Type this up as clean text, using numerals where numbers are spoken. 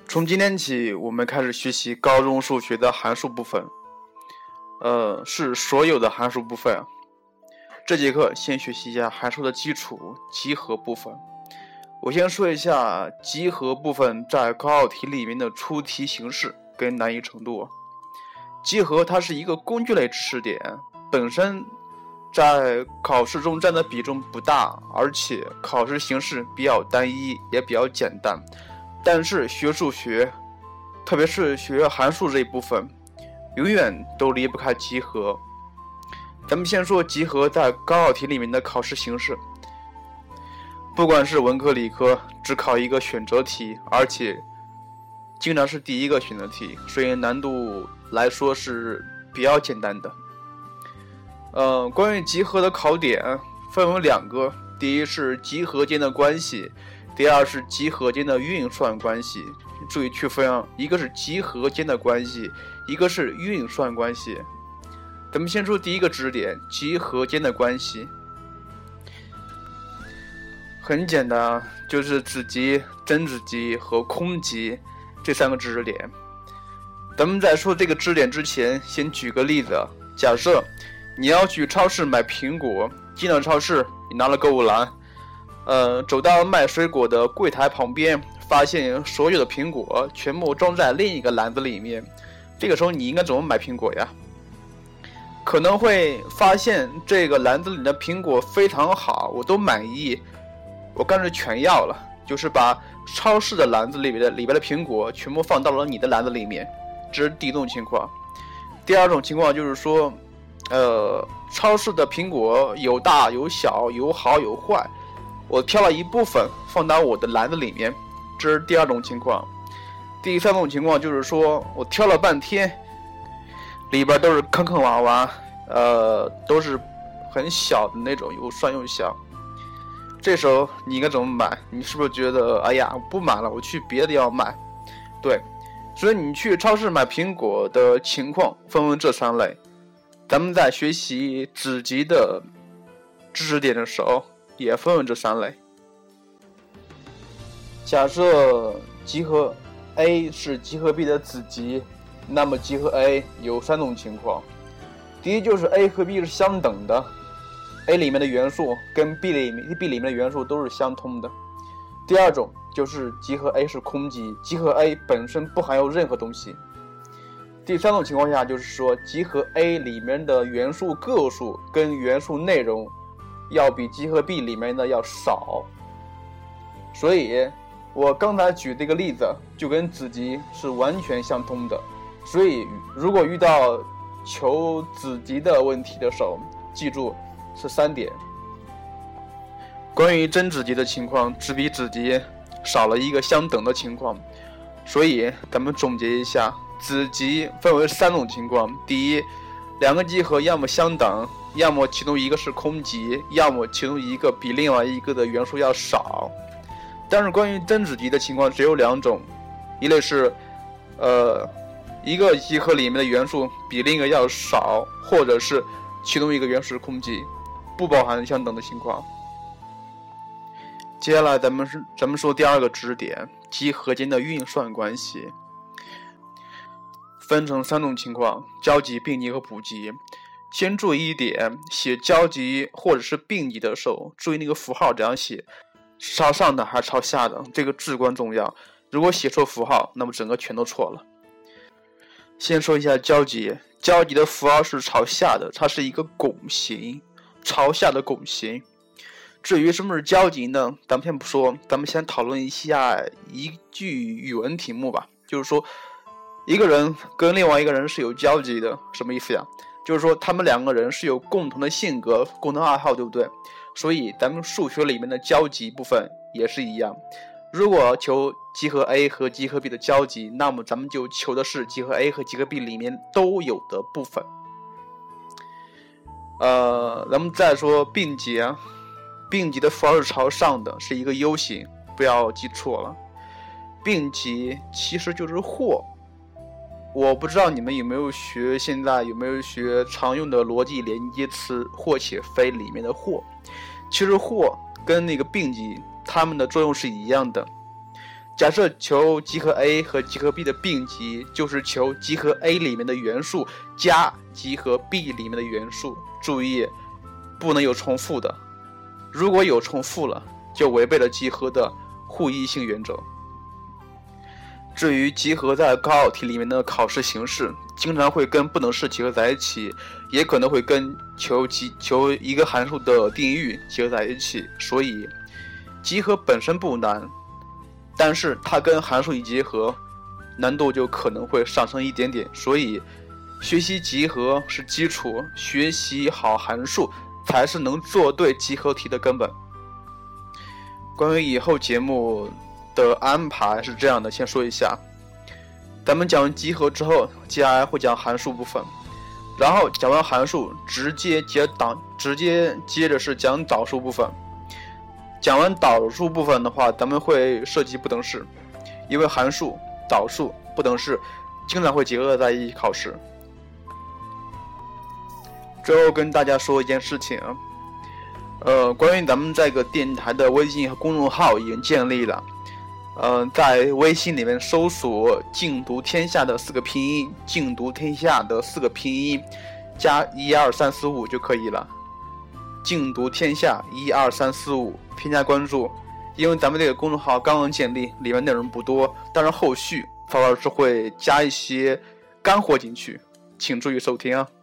从今天起，我们开始学习高中数学的函数部分，是所有的函数部分。这节课先学习一下函数的基础，集合部分。我先说一下集合部分在高考题里面的出题形式跟难易程度。集合它是一个工具类知识点，本身在考试中占的比重不大，而且考试形式比较单一，也比较简单。但是学数学，特别是学函数这一部分，永远都离不开集合。咱们先说集合在高考题里面的考试形式。不管是文科理科，只考一个选择题，而且经常是第一个选择题，所以难度来说是比较简单的。关于集合的考点分为两个，第一是集合间的关系，第二是集合间的运算关系。注意区分啊，一个是集合间的关系，一个是运算关系。咱们先说第一个知识点，集合间的关系。很简单啊，就是子集、真子集和空集这三个知识点。咱们在说这个知识点之前，先举个例子。假设你要去超市买苹果，进了超市，你拿了购物篮，走到卖水果的柜台旁边，发现所有的苹果全部装在另一个篮子里面。这个时候你应该怎么买苹果呀？可能会发现这个篮子里的苹果非常好，我都满意，我干脆全要了，就是把超市的篮子里边的苹果全部放到了你的篮子里面。这是第一种情况。第二种情况就是说，超市的苹果有大有小，有好有坏，我挑了一部分放到我的篮子里面，这是第二种情况。第三种情况就是说，我挑了半天，里边都是坑坑洼洼，都是很小的那种，又酸又小。这时候你应该怎么买？你是不是觉得，哎呀，我不买了，我去别的地方买？对，所以你去超市买苹果的情况分为这三类。咱们在学习子集的知识点的时候，也分为这三类。假设集合 A 是集合 B 的子集，那么集合 A 有三种情况。第一就是 A 和 B 是相等的， A 里面的元素跟 B 里面的元素都是相通的。第二种就是集合 A 是空集，集合 A 本身不含有任何东西。第三种情况下就是说，集合 A 里面的元素个数跟元素内容要比集合 B 里面的要少。所以我刚才举这个例子就跟子集是完全相通的。所以如果遇到求子集的问题的时候，记住是三点。关于真子集的情况，只比子集少了一个相等的情况。所以咱们总结一下，子集分为三种情况。第一，两个集合要么相等，要么其中一个是空集，要么其中一个比另外一个的元素要少。但是关于真子集的情况只有两种，一类是一个集合里面的元素比另一个要少，或者是其中一个元素是空集，不包含相等的情况。接下来咱们说第二个知识点，集合间的运算关系。分成三种情况，交集、并集和补集。先注意一点，写交集或者是并集的时候，注意那个符号怎样写，是朝上的还是朝下的，这个至关重要。如果写错符号，那么整个全都错了。先说一下交集，交集的符号是朝下的，它是一个拱形，朝下的拱形。至于什么是交集呢，咱们先不说，咱们先讨论一下一句语文题目吧。就是说，一个人跟另外一个人是有交集的，什么意思呀？就是说他们两个人是有共同的性格、共同爱好，对不对？所以咱们数学里面的交集部分也是一样。如果求集合 A 和集合 B 的交集，那么咱们就求的是集合 A 和集合 B 里面都有的部分。咱们再说并集啊，并集的符号是朝上的，是一个 U 型，不要记错了。并集其实就是或。我不知道你们现在有没有学常用的逻辑连接词或且非里面的或。其实或跟那个并集它们的作用是一样的。 假设求集合 A 和集合 B 的并集，就是求集合 A 里面的元素加集合 B 里面的元素。注意，不能有重复的，如果有重复了，就违背了集合的互异性原则。至于集合在高考题里面的考试形式，经常会跟不等式集合在一起，也可能会跟求一个函数的定义集合在一起。所以集合本身不难，但是它跟函数一结合，难度就可能会上升一点点。所以学习集合是基础，学习好函数才是能做对集合题的根本。关于以后节目的安排是这样的，先说一下，咱们讲完集合之后，接下来会讲函数部分，然后讲完函数直接接着是讲导数部分。讲完导数部分的话，咱们会涉及不等式，因为函数、导数、不等式经常会结合在一起考试。最后跟大家说一件事情啊，关于咱们这个电台的微信和公众号已经建立了，在微信里面搜索静读天下的4个拼音，静读天下的4个拼音加12345就可以了。静读天下12345，添加关注。因为咱们这个公众号刚刚建立，里面内容不多，但是后续曹老师会加一些干货进去，请注意收听啊。